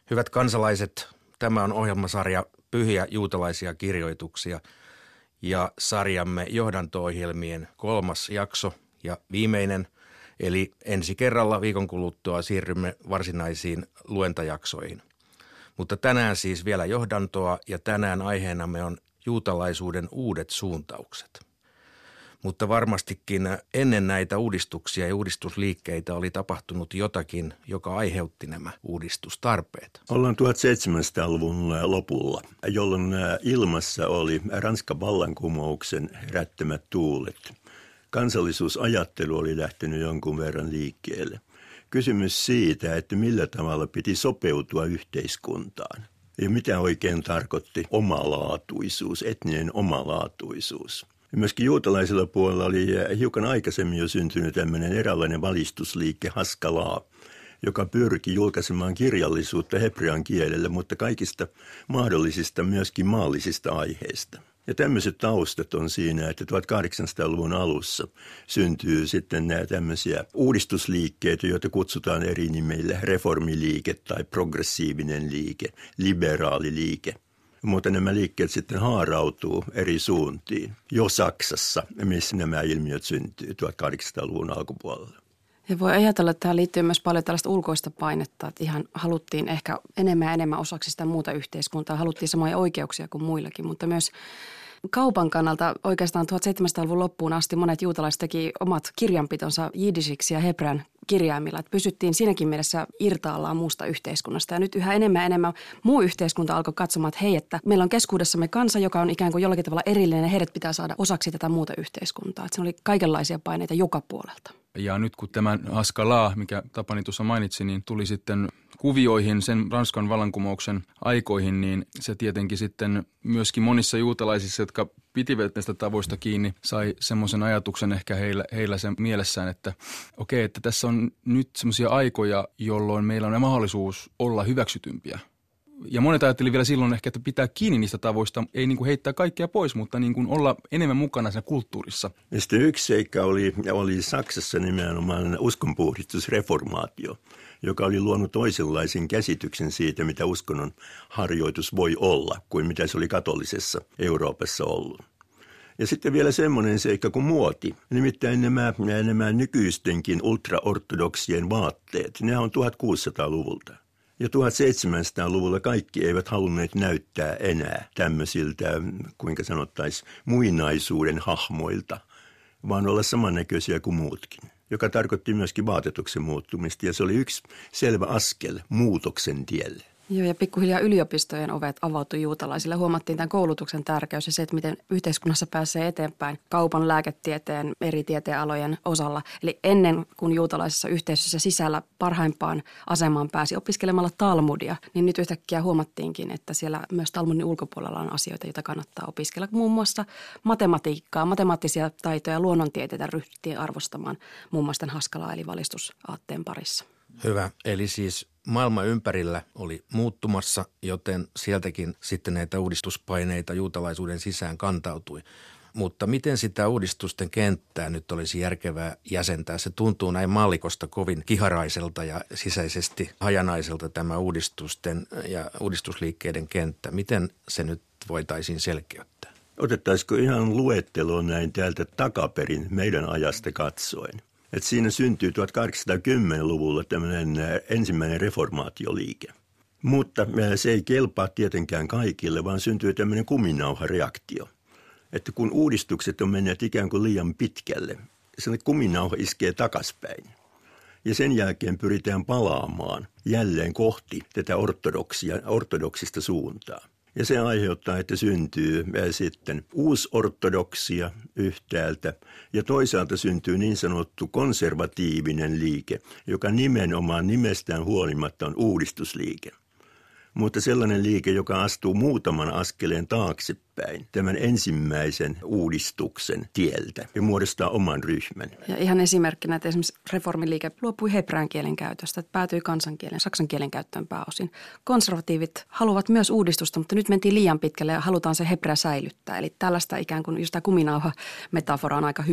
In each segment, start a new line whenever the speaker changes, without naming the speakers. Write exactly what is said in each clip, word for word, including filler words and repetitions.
Hyvät kansalaiset, tämä on ohjelmasarja Pyhiä juutalaisia kirjoituksia ja sarjamme johdanto-ohjelmien kolmas jakso ja viimeinen. Eli ensi kerralla viikon kuluttua siirrymme varsinaisiin luentajaksoihin. Mutta tänään siis vielä johdantoa ja tänään aiheenamme on juutalaisuuden uudet suuntaukset. Mutta varmastikin ennen näitä uudistuksia ja uudistusliikkeitä oli tapahtunut jotakin, joka aiheutti nämä uudistustarpeet.
Ollaan tuhatseitsemänsataaluvun lopulla, jolloin ilmassa oli Ranskan vallankumouksen herättämät tuulet. Kansallisuusajattelu oli lähtenyt jonkun verran liikkeelle. Kysymys siitä, että millä tavalla piti sopeutua yhteiskuntaan. Ja mitä oikein tarkoitti omalaatuisuus, etninen omalaatuisuus. Ja myöskin juutalaisella puolella oli hiukan aikaisemmin jo syntynyt tämmöinen eräänlainen valistusliike Haskalaa, joka pyrki julkaisemaan kirjallisuutta hebrean kielellä, mutta kaikista mahdollisista myöskin maallisista aiheista. Ja tämmöiset taustat on siinä, että tuhatkahdeksansataaluvun alussa syntyy sitten nämä tämmöisiä uudistusliikkeitä, joita kutsutaan eri nimillä reformiliike tai progressiivinen liike, liberaali liike. Mutta nämä liikkeet sitten haarautuu eri suuntiin jo Saksassa, missä nämä ilmiöt syntyy tuhatkahdeksansataaluvun alkupuolella.
Ja voi ajatella, että tähän liittyy myös paljon tällaista ulkoista painetta, että ihan haluttiin ehkä enemmän ja enemmän osaksi sitä muuta yhteiskuntaa, haluttiin samoja oikeuksia kuin muillakin, mutta myös kaupan kannalta oikeastaan tuhatseitsemänsataaluvun loppuun asti monet juutalaiset teki omat kirjanpitonsa jiddishiksi ja hebrean kirjaimilla, että pysyttiin siinäkin mielessä irtaallaan muusta yhteiskunnasta. Ja nyt yhä enemmän ja enemmän muu yhteiskunta alkoi katsomaan, että hei, että meillä on keskuudessamme kansa, joka on ikään kuin jollakin tavalla erillinen ja heidät pitää saada osaksi tätä muuta yhteiskuntaa. Että se oli kaikenlaisia paineita joka puolelta.
Ja nyt kun tämä Haskalaa, mikä Tapani tuossa mainitsi, niin tuli sitten kuvioihin sen Ranskan vallankumouksen aikoihin, niin se tietenkin sitten myöskin monissa juutalaisissa, jotka pitivät näistä tavoista kiinni, sai semmoisen ajatuksen ehkä heillä, heillä sen mielessään, että okei, että tässä on nyt semmoisia aikoja, jolloin meillä on mahdollisuus olla hyväksytympiä. Ja monet ajatteli vielä silloin ehkä, että pitää kiinni niistä tavoista, ei niin kuin heittää kaikkea pois, mutta niin kuin olla enemmän mukana siinä kulttuurissa.
Ja sitten yksi seikka oli, oli Saksassa nimenomaan uskonpuhdistusreformaatio, joka oli luonut toisenlaisen käsityksen siitä, mitä uskonnon harjoitus voi olla, kuin mitä se oli katolisessa Euroopassa ollut. Ja sitten vielä semmoinen seikka kuin muoti. Nimittäin nämä, nämä nykyistenkin ultraortodoksien vaatteet, ne on tuhatkuusisataaluvulta. Ja tuhatseitsemänsataaluvulla kaikki eivät halunneet näyttää enää tämmöisiltä, kuinka sanottaisiin, muinaisuuden hahmoilta, vaan olla samannäköisiä kuin muutkin, joka tarkoitti myöskin vaatetuksen muuttumista. Ja se oli yksi selvä askel muutoksen tielle.
Joo, ja pikkuhiljaa yliopistojen ovet avautui juutalaisille. Huomattiin tämän koulutuksen tärkeys ja se, että miten yhteiskunnassa pääsee eteenpäin kaupan, lääketieteen, eri tieteenalojen osalla. Eli ennen kuin juutalaisessa yhteisössä sisällä parhaimpaan asemaan pääsi opiskelemalla Talmudia, niin nyt yhtäkkiä huomattiinkin, että siellä myös Talmudin ulkopuolella on asioita, joita kannattaa opiskella. Muun muassa matematiikkaa, matemaattisia taitoja, luonnontieteitä ryhdyttiin arvostamaan muun muassa tämän Haskalaa eli valistusaatteen parissa.
Hyvä. Eli siis maailma ympärillä oli muuttumassa, joten sieltäkin sitten näitä uudistuspaineita juutalaisuuden sisään kantautui. Mutta miten sitä uudistusten kenttää nyt olisi järkevää jäsentää? Se tuntuu näin maallikosta kovin kiharaiselta ja sisäisesti hajanaiselta tämä uudistusten ja uudistusliikkeiden kenttä. Miten se nyt voitaisiin selkeyttää?
Otettaisiko ihan luettelo näin täältä takaperin meidän ajasta katsoen? Et siinä syntyy tuhatkahdeksansataakymmenluvulla tämmöinen ensimmäinen reformaatioliike. Mutta se ei kelpaa tietenkään kaikille, vaan syntyy tämmöinen kuminauhareaktio. Että kun uudistukset on menneet ikään kuin liian pitkälle, se kuminauha iskee takaspäin. Ja sen jälkeen pyritään palaamaan jälleen kohti tätä ortodoksia, ortodoksista suuntaa. Ja se aiheuttaa, että syntyy sitten uusortodoksia yhtäältä ja toisaalta syntyy niin sanottu konservatiivinen liike, joka nimenomaan nimestään huolimatta on uudistusliike. Mutta sellainen liike, joka astuu muutaman askeleen taaksepäin tämän ensimmäisen uudistuksen tieltä ja muodostaa oman ryhmän.
Ja ihan esimerkkinä, että esimerkiksi reformiliike luopui hebrean kielen käytöstä, että päätyi kansankielen, saksan kielen käyttöön pääosin. Konservatiivit haluavat myös uudistusta, mutta nyt mentiin liian pitkälle ja halutaan se hebrea säilyttää. Eli tällaista ikään kuin just tämä kuminauha-metafora on aika hyvä.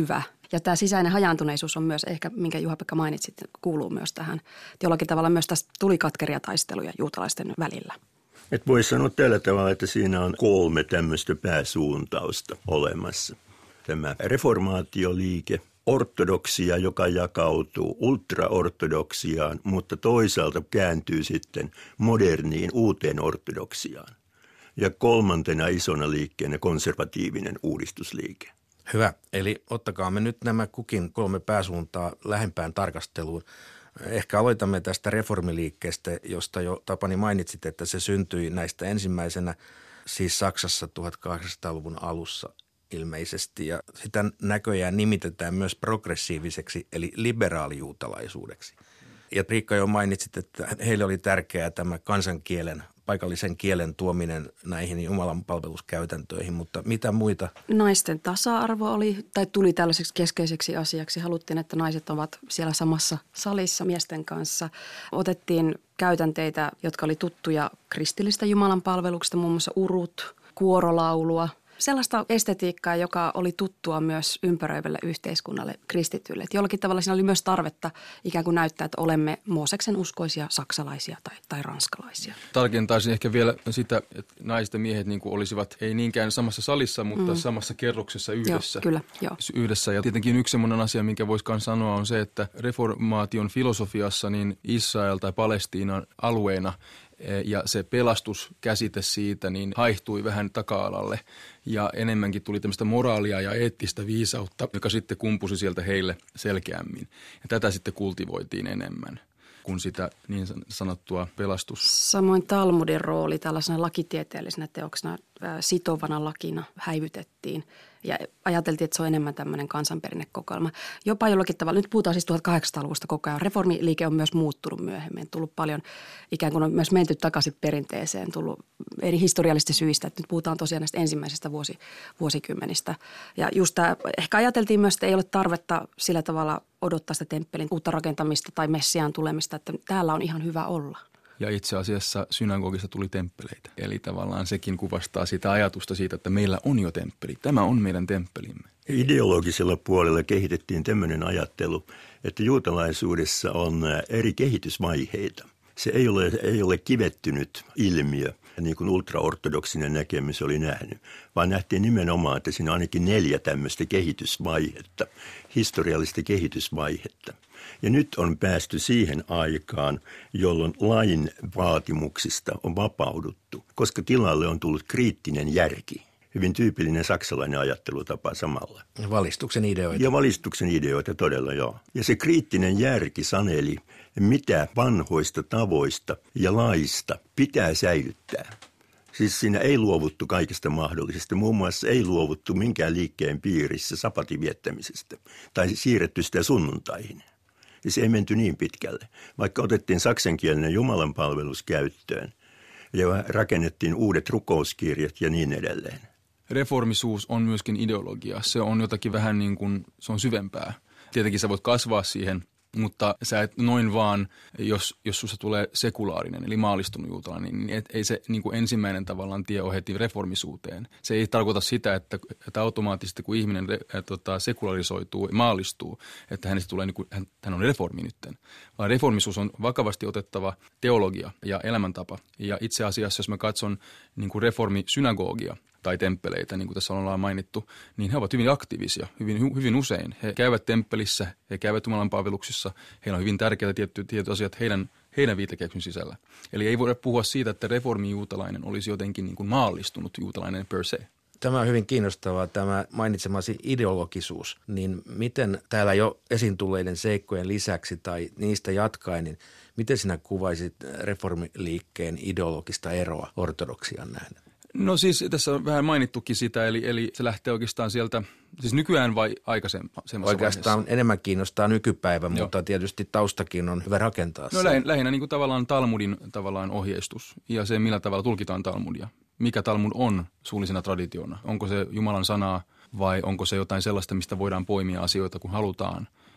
Ja tämä sisäinen hajaantuneisuus on myös ehkä, minkä Juha-Pekka mainitsit, kuuluu myös tähän. Jollakin tavalla myös tästä tuli katkeria taisteluja juutalaisten välillä.
Et voi sanoa tällä tavalla, että siinä on kolme tämmöistä pääsuuntausta olemassa. Tämä reformaatioliike, ortodoksia, joka jakautuu ultraortodoksiaan, mutta toisaalta kääntyy sitten moderniin uuteen ortodoksiaan. Ja kolmantena isona liikkeenä konservatiivinen uudistusliike.
Hyvä. Eli ottakaamme nyt nämä kukin kolme pääsuuntaa lähempään tarkasteluun. Ehkä aloitamme tästä reformiliikkeestä, josta jo Tapani mainitsit, että se syntyi näistä ensimmäisenä siis Saksassa tuhatkahdeksansataaluvun alussa ilmeisesti. Ja sitä näköjään nimitetään myös progressiiviseksi eli liberaalijuutalaisuudeksi. Ja Riikka jo mainitsit, että heille oli tärkeää tämä kansankielen, paikallisen kielen tuominen näihin Jumalan palveluskäytäntöihin, mutta mitä muita?
Naisten tasa-arvo oli, tai tuli tällaiseksi keskeiseksi asiaksi. Haluttiin, että naiset ovat siellä samassa salissa miesten kanssa. Otettiin käytänteitä, jotka oli tuttuja kristillistä Jumalan palveluksesta, muun muassa urut, kuorolaulua. Sellaista estetiikkaa, joka oli tuttua myös ympäröivälle yhteiskunnalle kristityille. Että jollakin tavalla siinä oli myös tarvetta ikään kuin näyttää, että olemme Mooseksen uskoisia saksalaisia tai, tai ranskalaisia.
Tarkentaisin ehkä vielä sitä, että naiset ja miehet niin kuin olisivat ei niinkään samassa salissa, mutta mm. samassa kerroksessa yhdessä.
Joo, kyllä, joo.
Yhdessä. Ja tietenkin yksi sellainen asia, minkä voisikaan sanoa, on se, että reformaation filosofiassa niin Israel tai Palestiinan alueena ja se pelastuskäsite siitä niin haihtui vähän taka-alalle ja enemmänkin tuli tämmöistä moraalia ja eettistä viisautta, joka sitten kumpusi sieltä heille selkeämmin. Ja tätä sitten kultivoitiin enemmän kuin sitä niin sanottua pelastus.
Samoin Talmudin rooli tällaisena lakitieteellisenä teoksena sitovana lakina häivytettiin ja ajateltiin, että se on enemmän tämmöinen kansanperinnekokoelma. Jopa jollakin tavalla, nyt puhutaan siis tuhatkahdeksansataaluvusta koko ajan, reformiliike on myös muuttunut myöhemmin, tullut paljon, ikään kuin on myös menty takaisin perinteeseen, tullut eri historiallisista syistä, että nyt puhutaan tosiaan näistä ensimmäisestä vuosi, vuosikymmenistä. Ja just tämä, ehkä ajateltiin myös, että ei ole tarvetta sillä tavalla odottaa sitä temppelin uutta rakentamista tai Messiaan tulemista, että täällä on ihan hyvä olla.
Ja itse asiassa synagogista tuli temppeleitä. Eli tavallaan sekin kuvastaa sitä ajatusta siitä, että meillä on jo temppeli. Tämä on meidän temppelimme.
Ideologisella puolella kehitettiin tämmöinen ajattelu, että juutalaisuudessa on eri kehitysvaiheita. Se ei ole, ei ole kivettynyt ilmiö, niin kuin ultraortodoksinen näkemys oli nähnyt, vaan nähtiin nimenomaan, että siinä on ainakin neljä tämmöistä kehitysvaihetta, historiallista kehitysvaihetta. Ja nyt on päästy siihen aikaan, jolloin lain vaatimuksista on vapauduttu, koska tilalle on tullut kriittinen järki. Hyvin tyypillinen saksalainen ajattelutapa samalla.
Ja valistuksen ideoita.
Ja valistuksen ideoita todella, joo. Ja se kriittinen järki saneli, mitä vanhoista tavoista ja laista pitää säilyttää. Siis siinä ei luovuttu kaikesta mahdollisesta. Muun muassa ei luovuttu minkään liikkeen piirissä sapatin viettämisestä tai siirretty sitä sunnuntaihin. Ja se ei menty niin pitkälle, vaikka otettiin saksankielinen jumalanpalvelus käyttöön ja rakennettiin uudet rukouskirjat ja niin edelleen.
Reformisuus on myöskin ideologia. Se on jotakin vähän niin kuin, se on syvempää. Tietenkin sä voit kasvaa siihen, mutta sä et noin vaan, jos, jos susta tulee sekulaarinen, eli maallistunut juutalainen, niin et, ei se niin kuin ensimmäinen tavallaan tie ole heti reformisuuteen. Se ei tarkoita sitä, että, että automaattisesti kun ihminen äh, tota, sekularisoituu, maallistuu, että hänestä tulee, niin kuin, hän, hän on reformi nytten. Vaan reformisuus on vakavasti otettava teologia ja elämäntapa. Ja itse asiassa, jos mä katson niin kuin reformisynagogia, tai temppeleitä, niin kuin tässä ollaan mainittu, niin he ovat hyvin aktiivisia, hyvin, hyvin usein. He käyvät temppelissä, he käyvät Jumalan palveluksissa, heillä on hyvin tärkeitä tiettyjä, tiettyjä asiat heidän, heidän viitekehyksen sisällä. Eli ei voida puhua siitä, että reformijuutalainen olisi jotenkin niin kuin maallistunut juutalainen per se.
Tämä on hyvin kiinnostavaa, tämä mainitsemasi ideologisuus. Niin miten täällä jo esiin tulleiden seikkojen lisäksi tai niistä jatkaen, niin miten sinä kuvaisit reformiliikkeen ideologista eroa ortodoksiaan nähden?
No siis tässä on vähän mainittukin sitä, eli, eli se lähtee oikeastaan sieltä, siis nykyään vai aikaisemmassa
Oikeastaan vaiheessa? Enemmän kiinnostaa nykypäivä, Joo. mutta tietysti taustakin on hyvä rakentaa.
No lähinnä, lähinnä niin kuin tavallaan Talmudin tavallaan ohjeistus ja se, millä tavalla tulkitaan Talmudia. Mikä Talmud on suullisena traditiona? Onko se Jumalan sanaa vai onko se jotain sellaista, mistä voidaan poimia asioita, kun halutaan?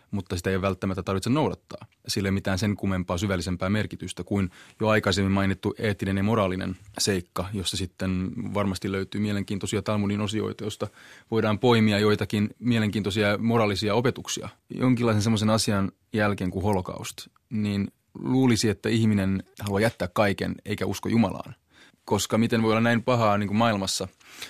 mutta sitä ei välttämättä tarvitse noudattaa. Sillä ei mitään sen kummempaa syvällisempää merkitystä kuin jo aikaisemmin mainittu eettinen ja moraalinen seikka, jossa sitten varmasti löytyy mielenkiintoisia Talmudin osioita, josta voidaan poimia joitakin mielenkiintoisia moraalisia opetuksia. Jonkinlaisen semmoisen asian jälkeen kuin holokaust, niin luulisi, että ihminen haluaa jättää kaiken eikä usko Jumalaan. Koska miten voi olla näin pahaa niin kuin maailmassa.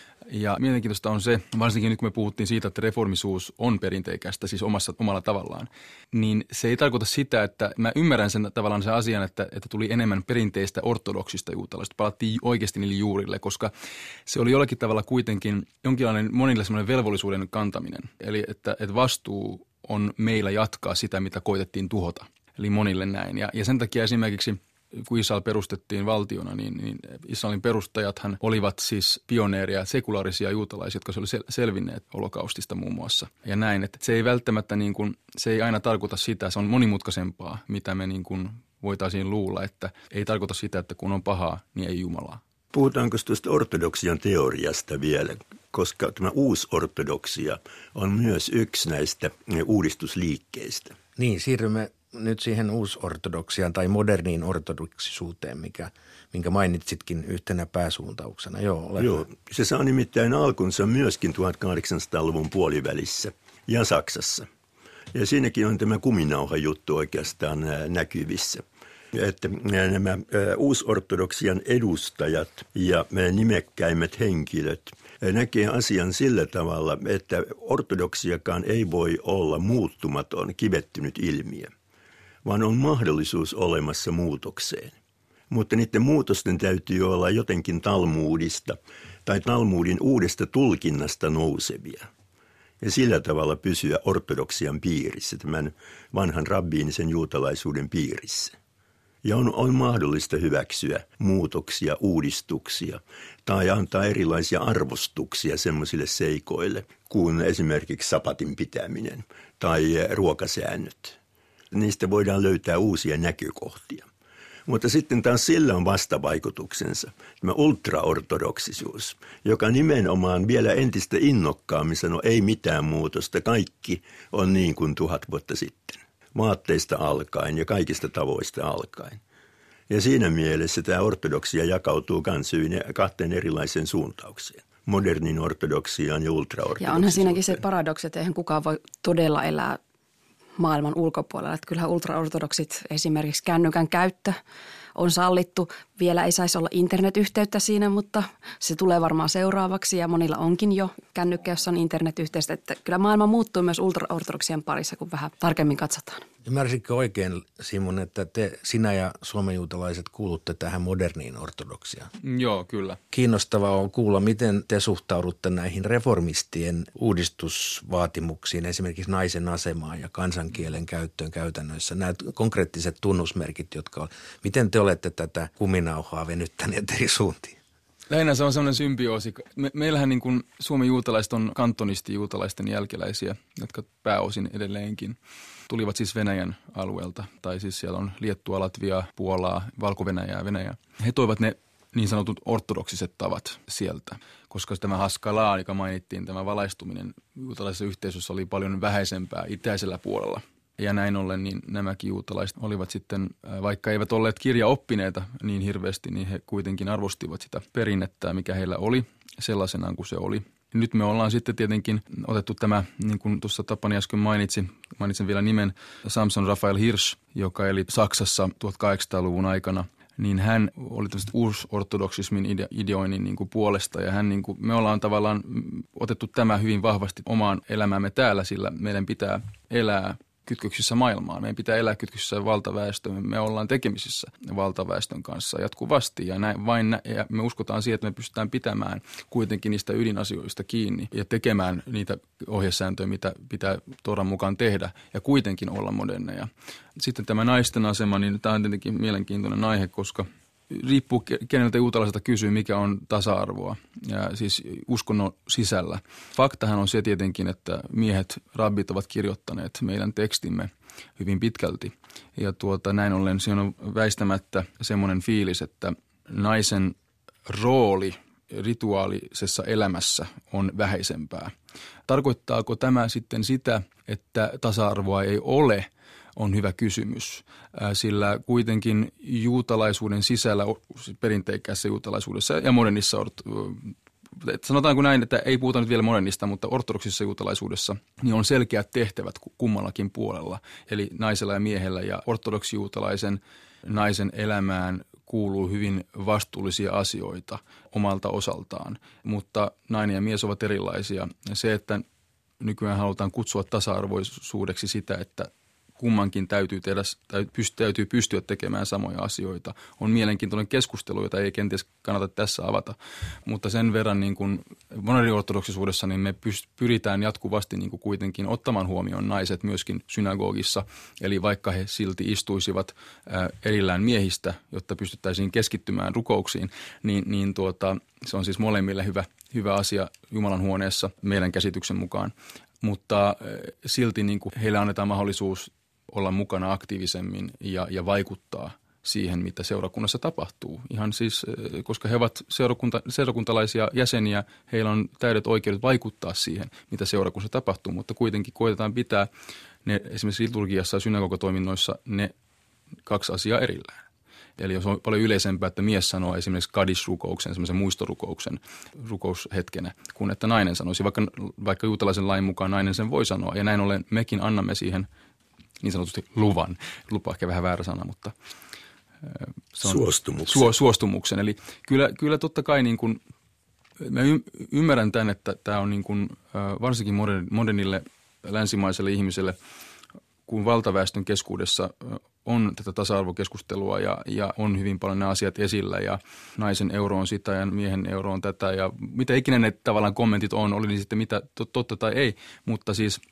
Ja mielenkiintoista on se, varsinkin nyt kun me puhuttiin siitä, että reformisuus on perinteikästä, siis omassa, omalla tavallaan, niin se ei tarkoita sitä, että mä ymmärrän sen tavallaan sen asian, että, että tuli enemmän perinteistä ortodoksista juutalaista. Palattiin oikeasti niille juurille, koska se oli jollakin tavalla kuitenkin jonkinlainen monille semmoinen velvollisuuden kantaminen. Eli että, että vastuu on meillä jatkaa sitä, mitä koitettiin tuhota. Eli monille näin. Ja, ja sen takia esimerkiksi kun Israel perustettiin valtiona, niin, niin Israelin perustajathan olivat siis pioneeria, sekulaarisia juutalaisia, jotka se oli sel- selvinneet holokaustista muun muassa. Ja näin, että se ei välttämättä niin kuin, se ei aina tarkoita sitä, se on monimutkaisempaa, mitä me niin kuin voitaisiin luulla, että ei tarkoita sitä, että kun on pahaa, niin ei Jumalaa.
Puhutaanko tuosta ortodoksian teoriasta vielä, koska tämä uusortodoksia on myös yksi näistä uudistusliikkeistä.
Niin, siirrymme nyt siihen uusortodoksiaan tai moderniin ortodoksisuuteen, mikä, minkä mainitsitkin yhtenä pääsuuntauksena. Joo, ole
Joo, se saa nimittäin alkunsa myöskin tuhatkahdeksansataaluvun puolivälissä ja Saksassa. Ja siinäkin on tämä kuminauha-juttu oikeastaan näkyvissä. Että nämä uusortodoksian edustajat ja nimekkäimmät henkilöt näkee asian sillä tavalla, että ortodoksiakaan ei voi olla muuttumaton, kivettynyt ilmiö, vaan on mahdollisuus olemassa muutokseen. Mutta niiden muutosten täytyy olla jotenkin Talmudista tai Talmudin uudesta tulkinnasta nousevia. Ja sillä tavalla pysyä ortodoksian piirissä, tämän vanhan rabbiinisen juutalaisuuden piirissä. Ja on, on mahdollista hyväksyä muutoksia, uudistuksia tai antaa erilaisia arvostuksia semmoisille seikoille kuin esimerkiksi sapatin pitäminen tai ruokasäännöt. Niistä voidaan löytää uusia näkökohtia. Mutta sitten taas sillä on vastavaikutuksensa, tämä ultraortodoksisuus, joka nimenomaan vielä entistä innokkaammin sanoo, ei mitään muutosta, kaikki on niin kuin tuhat vuotta sitten. Vaatteista alkaen ja kaikista tavoista alkaen. Ja siinä mielessä tämä ortodoksia jakautuu myös kahteen erilaiseen suuntaukseen. Modernin ortodoksiaan ja ultraortodoksiaan.
Ja onhan siinäkin se paradoksi, että eihän kukaan voi todella elää maailman ulkopuolella. Että kyllähän ultraortodoksit esimerkiksi kännykän käyttö on sallittu. Vielä ei saisi olla internetyhteyttä siinä, mutta se tulee varmaan seuraavaksi ja monilla onkin jo kännykkä, jossa on internetyhteyttä. Että kyllä maailma muuttuu myös ultraortodoksien parissa, kun vähän tarkemmin katsotaan.
Ymmärsitkö oikein, Simon, että te, sinä ja suomenjuutalaiset kuulutte tähän moderniin ortodoksiaan?
Joo, kyllä.
Kiinnostavaa on kuulla, miten te suhtaudutte näihin reformistien uudistusvaatimuksiin, esimerkiksi naisen asemaan ja kansankielen käyttöön käytännöissä. Nämä konkreettiset tunnusmerkit, jotka on. Miten te olette tätä kuminauhaa venyttäneet eri suuntiin?
Lähinnä se on sellainen symbioosi. Me, meillähän niin kuin Suomen juutalaiset on kantonisti-juutalaisten jälkeläisiä, jotka pääosin edelleenkin tulivat siis Venäjän alueelta. Tai siis siellä on Liettua, Latvia, Puolaa, Valko-Venäjää, Venäjää. He toivat ne niin sanotut ortodoksiset tavat sieltä, koska tämä Haskalaa, joka mainittiin, tämä valaistuminen juutalaisessa yhteisössä oli paljon vähäisempää itäisellä puolella. Ja näin ollen niin nämäkin juutalaiset olivat sitten, vaikka eivät olleet kirjaoppineita niin hirveästi, niin he kuitenkin arvostivat sitä perinnettä, mikä heillä oli sellaisenaan kuin se oli. Nyt me ollaan sitten tietenkin otettu tämä, niin kuin tuossa Tapani äsken mainitsi, mainitsen vielä nimen, Samson Raphael Hirsch, joka eli Saksassa tuhatkahdeksansataaluvun aikana. Niin hän oli tämmöistä uusortodoksismin ide- ideoinnin niin kuin puolesta ja hän, niin kuin, me ollaan tavallaan otettu tämä hyvin vahvasti omaan elämäämme täällä, sillä meidän pitää elää kytköksissä maailmaan. Meidän pitää elää kytköksissä valtaväestöön. Me ollaan tekemisissä valtaväestön kanssa jatkuvasti ja, näin, vain nä- ja me uskotaan siihen, että me pystytään pitämään kuitenkin niistä ydinasioista kiinni ja tekemään niitä ohjesääntöjä, mitä pitää Toran mukaan tehdä ja kuitenkin olla moderneja. Sitten tämä naisten asema, niin tämä on tietenkin mielenkiintoinen aihe, koska riippuu keneltä juutalaiselta kysyy, mikä on tasa-arvoa ja siis uskonnon sisällä. Faktahan on se tietenkin, että miehet, rabbit ovat kirjoittaneet meidän tekstimme hyvin pitkälti. Ja tuota, näin ollen siinä on väistämättä semmoinen fiilis, että naisen rooli rituaalisessa elämässä on vähäisempää. Tarkoittaako tämä sitten sitä, että tasa-arvoa ei ole, on hyvä kysymys, sillä kuitenkin juutalaisuuden sisällä, perinteikkäässä juutalaisuudessa ja modernissa, sanotaanko näin, että ei puhuta nyt vielä modernista, mutta ortodoksisessa juutalaisuudessa niin on selkeät tehtävät kummallakin puolella, eli naisella ja miehellä, ja ortodoksijuutalaisen naisen elämään kuuluu hyvin vastuullisia asioita omalta osaltaan, mutta nainen ja mies ovat erilaisia. Se, että nykyään halutaan kutsua tasa-arvoisuudeksi sitä, että kummankin täytyy, tehdä, täytyy pystyä tekemään samoja asioita, on mielenkiintoinen keskustelu, jota ei kenties kannata tässä avata. Mutta sen verran niin kuin moderniortodoksisuudessa niin me pyritään jatkuvasti niin kuin kuitenkin ottamaan huomioon naiset myöskin synagogissa. Eli vaikka he silti istuisivat erillään miehistä, jotta pystyttäisiin keskittymään rukouksiin, niin, niin tuota, se on siis molemmille hyvä, hyvä asia Jumalan huoneessa meidän käsityksen mukaan. Mutta silti niin kuin heille annetaan mahdollisuus olla mukana aktiivisemmin ja, ja vaikuttaa siihen, mitä seurakunnassa tapahtuu. Ihan siis, koska he ovat seurakunta, seurakuntalaisia jäseniä, heillä on täydet oikeudet vaikuttaa siihen, mitä seurakunnassa tapahtuu, mutta kuitenkin koetetaan pitää ne esimerkiksi liturgiassa ja synagogatoiminnoissa ne kaksi asiaa erillään. Eli jos on paljon yleisempää, että mies sanoo esimerkiksi kadish-rukouksen, semmoisen muistorukouksen rukoushetkenä, kun että nainen sanoisi, vaikka, vaikka juutalaisen lain mukaan nainen sen voi sanoa. Ja näin ollen mekin annamme siihen niin sanotusti luvan. Lupa ehkä vähän väärä sana, mutta se on
suostumuksen.
Suo, suostumuksen. Eli kyllä, kyllä totta kai niin kuin, mä y- ymmärrän tämän, että tämä on niin kuin, varsinkin modernille länsimaiselle ihmiselle, kun valtaväestön keskuudessa on tätä tasa-arvokeskustelua ja, ja on hyvin paljon nämä asiat esillä ja naisen euro on sitä ja miehen euro on tätä ja mitä ikinä ne tavallaan kommentit on, oli niin sitten mitä totta tai ei, mutta siis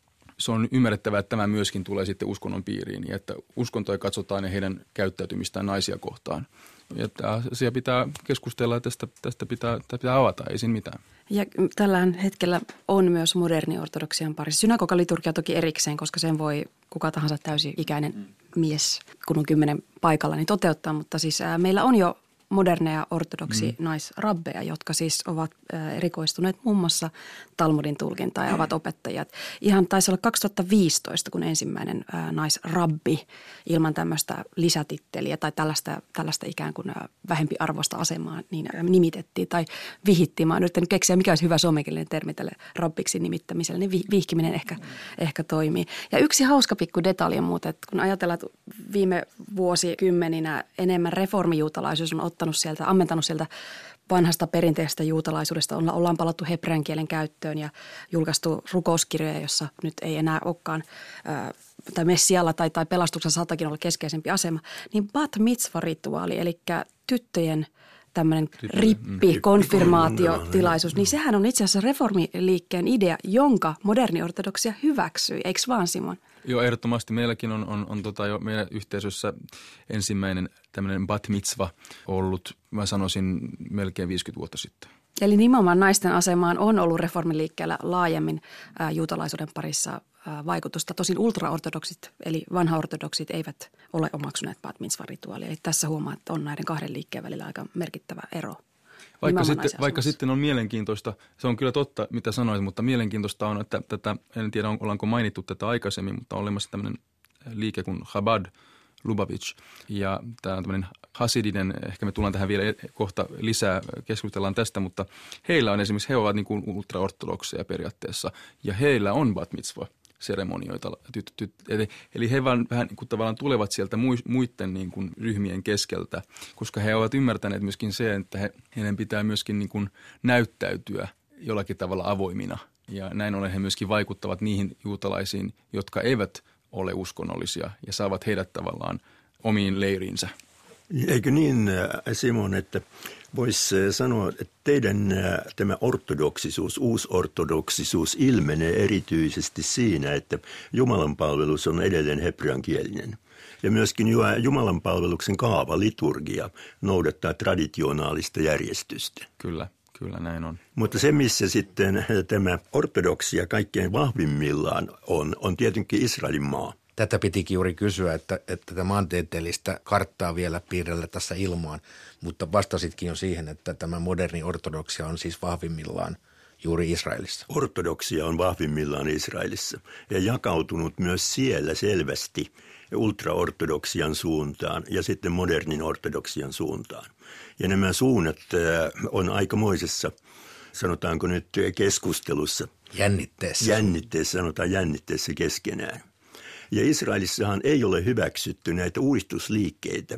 se on ymmärrettävää, että tämä myöskin tulee sitten uskonnon piiriin ja että uskontoja katsotaan ja heidän käyttäytymistään naisia kohtaan. Ja tämä asia pitää keskustella ja tästä, tästä pitää, tästä pitää avata, ei siinä mitään.
Ja tällä hetkellä on myös moderni-ortodoksian parissa. Synagogaliturgia toki erikseen, koska sen voi kuka tahansa täysi-ikäinen mies, kun on kymmenen paikalla, niin toteuttaa. Mutta siis ää, meillä on jo moderneja ortodoksi mm. naisrabbeja, jotka siis ovat ää, erikoistuneet muun muassa Talmudin tulkintaan ja ovat opettajat. Ihan taisi olla kaksituhattaviisitoista, kun ensimmäinen ää, naisrabbi ilman tämmöistä lisätitteliä tai tällaista, tällaista ikään kuin ää, vähempi arvosta asemaa niin ää, nimitettiin tai vihittiin. Mä oon yrittänyt keksiä, mikä olisi hyvä suomenkielinen termi tälle rabbiksi nimittämiselle, niin vi- vihkiminen ehkä, mm. ehkä toimii. Ja yksi hauska pikku detalji muuten, että kun ajatellaan, että viime vuosikymmeninä enemmän reformijuutalaisuus on ottanut sieltä, ammentanut sieltä vanhasta perinteestä juutalaisuudesta. Ollaan palattu hebrean kielen käyttöön ja julkaistu rukouskirjoja, jossa nyt ei enää olekaan, ää, tai messialla tai, tai pelastuksessa saattakin olla keskeisempi asema. Niin bat mitzva-rituaali, eli tyttöjen tämmöinen rippi, konfirmaatiotilaisuus, niin sehän on itse asiassa reformiliikkeen idea, jonka moderni ortodoksia hyväksyi. Eikö vaan, Simon?
Joo, ehdottomasti. Meilläkin on, on, on tota jo meidän yhteisössä ensimmäinen tämmöinen bat mitzva ollut, mä sanoisin, melkein viisikymmentä vuotta sitten.
Eli nimenomaan naisten asemaan on ollut reformiliikkeellä laajemmin ää, juutalaisuuden parissa ää, vaikutusta. Tosin ultraortodoksit, eli vanhaortodoksit, eivät ole omaksuneet bat mitzva-rituaalia. Eli tässä huomaa, että on näiden kahden liikkeen välillä aika merkittävä ero.
Vaikka, sitten, vaikka sitten on mielenkiintoista, se on kyllä totta, mitä sanoit, mutta mielenkiintoista on, että tätä, en tiedä ollaanko mainittu tätä aikaisemmin, mutta on olemassa tämmöinen liike kuin Chabad Lubavitch. Ja tämä on tämmöinen hasidinen, ehkä me tullaan tähän vielä kohta lisää, keskustellaan tästä, mutta heillä on esimerkiksi, he ovat niin kuin ultraortodokseja periaatteessa ja heillä on bat mitzva seremonioita. Tyt, tyt, eli, eli he vaan vähän niin kuin tavallaan tulevat sieltä muiden niin kuin ryhmien keskeltä, koska he ovat ymmärtäneet myöskin se, että he, heidän pitää myöskin niin kuin näyttäytyä jollakin tavalla avoimina. Ja näin ollen he myöskin vaikuttavat niihin juutalaisiin, jotka eivät ole uskonnollisia ja saavat heidät tavallaan omiin leiriinsä.
Eikö niin, Simon, että voisi sanoa, että teidän tämä ortodoksisuus, uusortodoksisuus ilmenee erityisesti siinä, että jumalanpalvelus on edelleen hebreankielinen. Ja myöskin jumalanpalveluksen kaava, liturgia, noudattaa traditionaalista järjestystä.
Kyllä, kyllä näin on.
Mutta se, missä sitten tämä ortodoksia kaikkein vahvimmillaan on, on tietenkin Israelin maa.
Tätä pitikin juuri kysyä, että, että tätä maantieteellistä karttaa vielä piirrellä tässä ilmaan, mutta vastasitkin jo siihen, että tämä moderni ortodoksia on siis vahvimmillaan juuri Israelissa.
Ortodoksia on vahvimmillaan Israelissa ja jakautunut myös siellä selvästi ultraortodoksian suuntaan ja sitten modernin ortodoksian suuntaan. Ja nämä suunnat on aikamoisessa, sanotaanko nyt keskustelussa.
Jännitteessä.
Jännitteessä, sanotaan jännitteessä keskenään. Ja Israelissahan ei ole hyväksytty näitä uudistusliikkeitä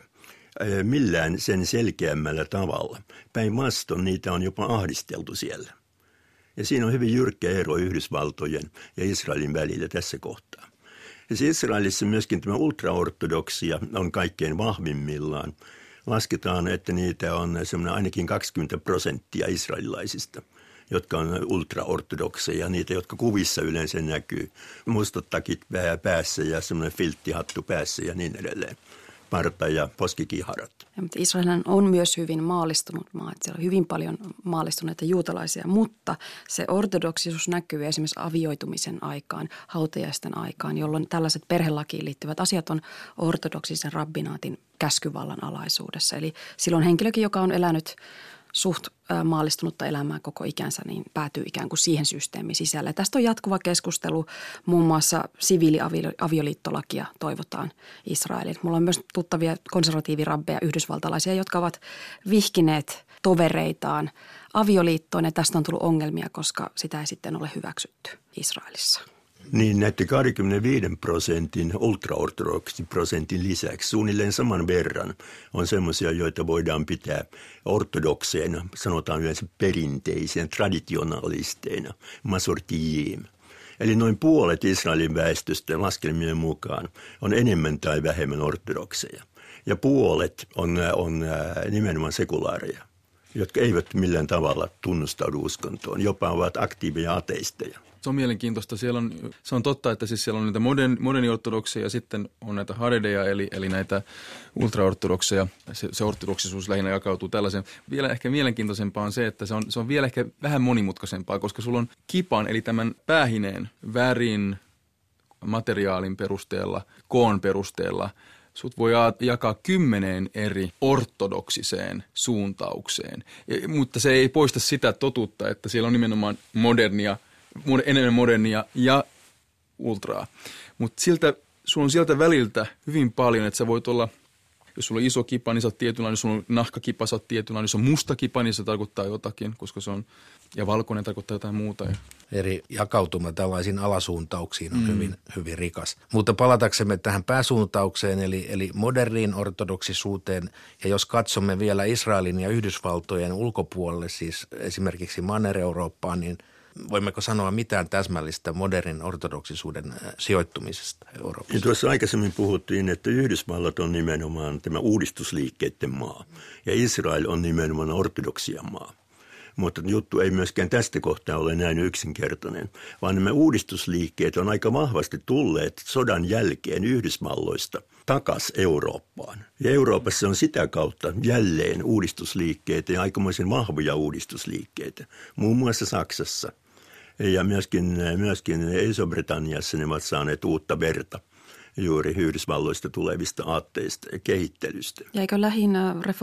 millään sen selkeämmällä tavalla. Päinvastoin niitä on jopa ahdisteltu siellä. Ja siinä on hyvin jyrkkä ero Yhdysvaltojen ja Israelin välillä tässä kohtaa. Ja siis Israelissa myöskin tämä ultraortodoksia on kaikkein vahvimmillaan. Lasketaan, että niitä on semmoinen ainakin kaksikymmentä prosenttia israelilaisista, jotka on ultraortodokseja, niitä, jotka kuvissa yleensä näkyy. Mustat takit päässä ja semmoinen filttihattu päässä ja niin edelleen. Parta- ja poskikiharat.
Ja, mutta Israel on myös hyvin maallistunut maa. Että siellä on hyvin paljon maallistuneita juutalaisia, mutta se ortodoksisuus näkyy esimerkiksi avioitumisen aikaan, hautajaisten aikaan, jolloin tällaiset perhelakiin liittyvät asiat on ortodoksisen rabbinaatin käskyvallan alaisuudessa. Eli silloin henkilökin, joka on elänyt suht maallistunutta elämää koko ikänsä, niin päätyy ikään kuin siihen systeemiin sisälle. Ja tästä on jatkuva keskustelu, muun muassa siviiliavioliittolakia toivotaan Israeliin. Mulla on myös tuttavia konservatiivirabbeja yhdysvaltalaisia, jotka ovat vihkineet tovereitaan avioliittoon, ja tästä on tullut ongelmia, koska sitä ei sitten ole hyväksytty Israelissa.
Niin näiden kaksikymmentäviisi prosentin ultraortodoksi prosentin lisäksi suunnilleen saman verran on semmoisia, joita voidaan pitää ortodokseina, sanotaan yleensä perinteisen, traditionalisteina, masortijim. Eli noin puolet Israelin väestöstä laskelmien mukaan on enemmän tai vähemmän ortodokseja. Ja puolet on, on nimenomaan sekulaareja, jotka eivät millään tavalla tunnustaudu uskontoon, jopa ovat aktiivisia ateisteja.
Se on mielenkiintoista. Siellä on, se on totta, että siis siellä on niitä modern, moderniortodokseja ja sitten on näitä haredeja, eli, eli näitä ultraortodokseja. Se, se ortodoksisuus lähinnä jakautuu tällaiseen. Vielä ehkä mielenkiintoisempaa on se, että se on, se on vielä ehkä vähän monimutkaisempaa, koska sulla on kipan, eli tämän päähineen, värin, materiaalin perusteella, koon perusteella. Sut voi jakaa kymmeneen eri ortodoksiseen suuntaukseen, ja, mutta se ei poista sitä totuutta, että siellä on nimenomaan modernia, enemmän modernia ja ultraa. Mutta sulla on sieltä väliltä hyvin paljon, että sä voit olla, jos sulla on iso kipa, niin sä oot tietynlainen, jos sulla on nahkakipa, sä oot tietynlainen, jos on musta kipa, niin se tarkoittaa jotakin, koska se on, ja valkoinen tarkoittaa jotain muuta.
Eri jakautuma tällaisiin alasuuntauksiin on mm. hyvin, hyvin rikas. Mutta palataksemme tähän pääsuuntaukseen, eli, eli moderniin ortodoksisuuteen, ja jos katsomme vielä Israelin ja Yhdysvaltojen ulkopuolelle, siis esimerkiksi Manner-Eurooppaan, niin voimmeko sanoa mitään täsmällistä modernin ortodoksisuuden sijoittumisesta Euroopassa?
Ja tuossa aikaisemmin puhuttiin, että Yhdysvallat on nimenomaan tämä uudistusliikkeiden maa ja Israel on nimenomaan ortodoksian maa. Mutta juttu ei myöskään tästä kohtaa ole näin yksinkertainen, vaan nämä uudistusliikkeet on aika vahvasti tulleet sodan jälkeen Yhdysvalloista takas Eurooppaan. Ja Euroopassa on sitä kautta jälleen uudistusliikkeitä ja aikamoisen vahvoja uudistusliikkeitä, muun muassa Saksassa. Ja myöskin, myöskin Iso-Britanniassa ne ovat saaneet uutta verta juuri Yhdysvalloista tulevista aatteista ja kehittelystä.
Ja eikö lähin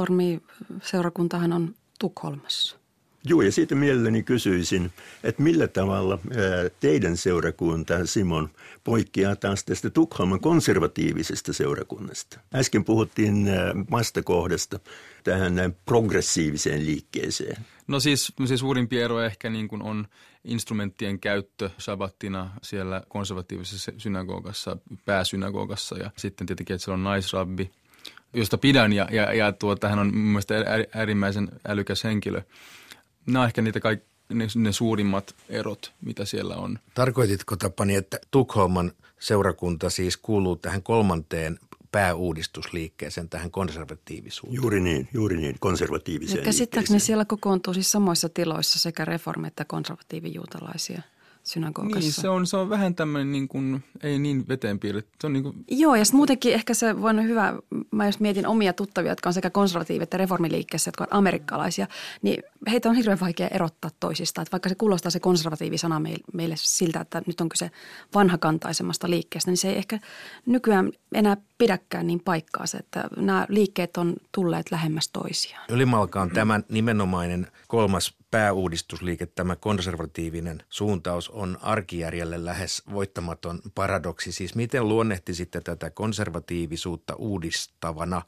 reformiseurakuntahan on Tukholmassa?
Joo, ja siitä mielelläni kysyisin, että millä tavalla teidän seurakunta, Simon, poikkeaa taas tästä Tukholman konservatiivisesta seurakunnasta? Äsken puhuttiin vastakohdasta tähän progressiiviseen liikkeeseen.
No siis, siis suurimpia eroja ehkä niin kuin on instrumenttien käyttö sabbattina siellä konservatiivisessa synagogassa, pääsynagogassa ja sitten tietenkin, että siellä on naisrabbi, josta pidän ja, ja, ja tuota, hän on mun mielestä äärimmäisen älykäs henkilö. Nämä on ehkä niitä kaik, ne, ne suurimmat erot, mitä siellä on.
Tarkoititko, Tapani, että Tukholman seurakunta siis kuuluu tähän kolmanteen pääuudistusliikkeeseen, tähän konservatiivisuuteen?
Juuri niin, juuri niin, konservatiiviseen
liikkeeseen. Käsittääkseni siellä kokoontuu siis samoissa tiloissa sekä reformi- että konservatiivijuutalaisia? synagogassa.
Niin, se on, se on vähän tämmöinen niin kuin, ei niin veteen piirretty. Se on niin kuin...
Joo, ja sitten muutenkin ehkä se on hyvä, mä jos mietin omia tuttavia, jotka on sekä konservatiivit että reformiliikkeessä, jotka ovat amerikkalaisia, niin heitä on hirveän vaikea erottaa toisistaan. Että vaikka se kuulostaa se konservatiivisana meille siltä, että nyt on kyse vanhakantaisemmasta liikkeestä, niin se ei ehkä nykyään enää pidäkään niin paikkaa se, että nämä liikkeet on tulleet lähemmäs toisiaan.
Ylimalkaan tämä nimenomainen kolmas pääuudistusliike, tämä konservatiivinen suuntaus on arkijärjelle lähes voittamaton paradoksi. Siis miten luonnehtisitte tätä konservatiivisuutta uudistavana,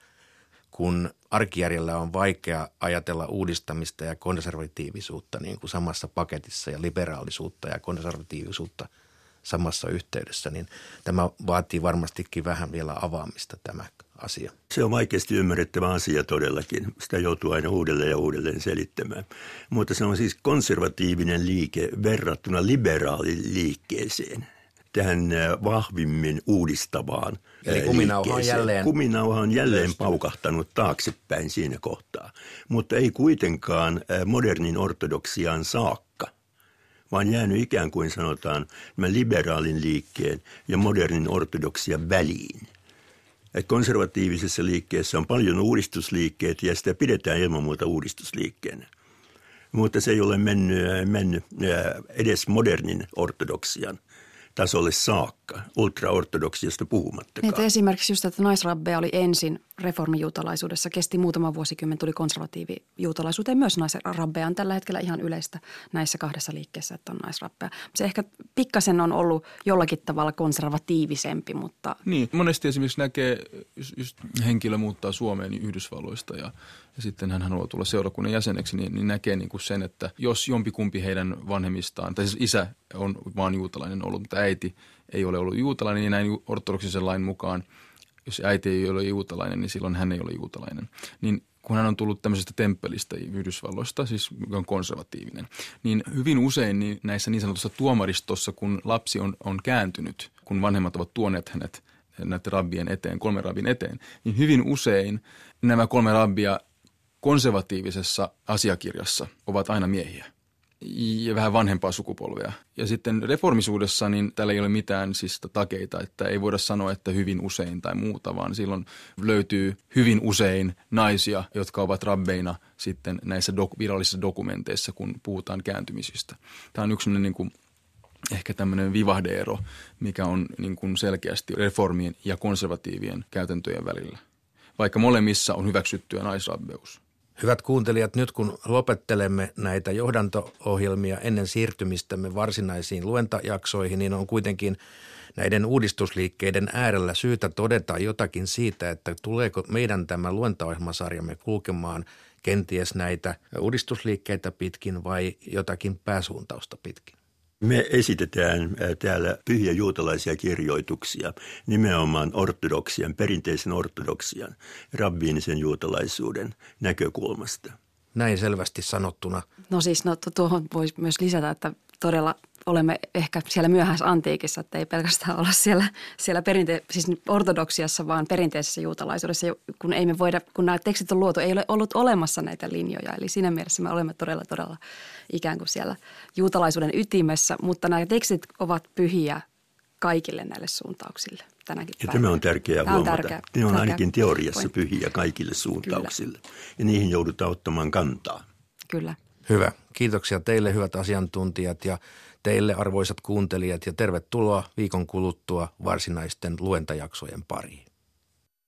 kun arkijärjellä on vaikea ajatella uudistamista ja konservatiivisuutta niin kuin samassa paketissa ja liberaalisuutta ja konservatiivisuutta samassa yhteydessä, niin tämä vaatii varmastikin vähän vielä avaamista tämä asia.
Se on vaikeasti ymmärrettävä asia todellakin. Sitä joutuu aina uudelleen ja uudelleen selittämään. Mutta se on siis konservatiivinen liike verrattuna liberaaliin liikkeeseen. Tähän vahvimmin uudistavaan
Eli kuminauha on jälleen,
kuminauha on jälleen paukahtanut taaksepäin siinä kohtaa, mutta ei kuitenkaan modernin ortodoksiaan saakka, vaan jäänyt ikään kuin sanotaan liberaalin liikkeen ja modernin ortodoksian väliin. Et konservatiivisessa liikkeessä on paljon uudistusliikkeitä ja sitä pidetään ilman muuta uudistusliikkeenä. Mutta se ei ole mennyt, mennyt edes modernin ortodoksian tasolle saakka, ultraortodoksiasta puhumattakaan.
Niin, esimerkiksi just, että naisrabbeja oli ensin reformijuutalaisuudessa, kesti muutama vuosikymmen, tuli konservatiivijuutalaisuuteen. Myös naisrabbeja on tällä hetkellä ihan yleistä näissä kahdessa liikkeessä, että on naisrabbeja. Se ehkä pikkasen on ollut jollakin tavalla konservatiivisempi, mutta...
Niin, monesti esimerkiksi näkee, just, just henkilö muuttaa Suomeen niin Yhdysvalloista ja, ja sitten hän haluaa tulla seurakunnan jäseneksi, niin, niin näkee niin kuin sen, että jos jompikumpi heidän vanhemmistaan, tai siis isä on vaan juutalainen ollut, mutta äiti ei ole ollut juutalainen, niin näin ortodoksisen lain mukaan, jos äiti ei ole juutalainen, niin silloin hän ei ole juutalainen. Niin kun hän on tullut tämmöisestä temppelistä Yhdysvalloista, siis on konservatiivinen, niin hyvin usein niin näissä niin sanotussa tuomaristossa, kun lapsi on, on kääntynyt, kun vanhemmat ovat tuoneet hänet näiden rabbien eteen, kolmen rabbin eteen, niin hyvin usein nämä kolme rabbia konservatiivisessa asiakirjassa ovat aina miehiä ja vähän vanhempaa sukupolvea. Ja sitten reformisuudessa niin täällä ei ole mitään siis takeita, että ei voida sanoa, että hyvin usein tai muuta, vaan silloin löytyy hyvin usein naisia, jotka ovat rabbeina sitten näissä dok- virallisissa dokumenteissa, kun puhutaan kääntymisistä. Tämä on yksi niin kuin ehkä tämmöinen vivahdeero, mikä on niin kuin selkeästi reformien ja konservatiivien käytäntöjen välillä, vaikka molemmissa on hyväksyttyä naisrabbeus.
Hyvät kuuntelijat, nyt kun lopettelemme näitä johdanto-ohjelmia ennen siirtymistämme varsinaisiin luentajaksoihin, niin on kuitenkin näiden uudistusliikkeiden äärellä syytä todeta jotakin siitä, että tuleeko meidän tämä luentaohjelmasarjamme kulkemaan kenties näitä uudistusliikkeitä pitkin vai jotakin pääsuuntausta pitkin.
Me esitetään täällä pyhiä juutalaisia kirjoituksia nimenomaan ortodoksian, perinteisen ortodoksian, rabbiinisen juutalaisuuden näkökulmasta.
Näin selvästi sanottuna.
No siis no, tuohon voisi myös lisätä, että todella olemme ehkä siellä myöhäisantiikissa, että ei pelkästään olla siellä, siellä perinte- siis ortodoksiassa, vaan perinteisessä juutalaisuudessa, kun ei me voida, kun nämä tekstit on luotu, ei ole ollut olemassa näitä linjoja. Eli siinä mielessä me olemme todella, todella ikään kuin siellä juutalaisuuden ytimessä, mutta nämä tekstit ovat pyhiä kaikille näille suuntauksille tänäkin
ja
päivänä.
tämä on tärkeää
tämä on
huomata.
tärkeä,
ne on
tärkeä
ainakin teoriassa
pointti.
pyhiä kaikille suuntauksille.
Kyllä.
Ja niihin joudutaan ottamaan kantaa.
Kyllä.
Hyvä. Kiitoksia teille hyvät asiantuntijat ja teille arvoisat kuuntelijat ja tervetuloa viikon kuluttua varsinaisten luentajaksojen pariin.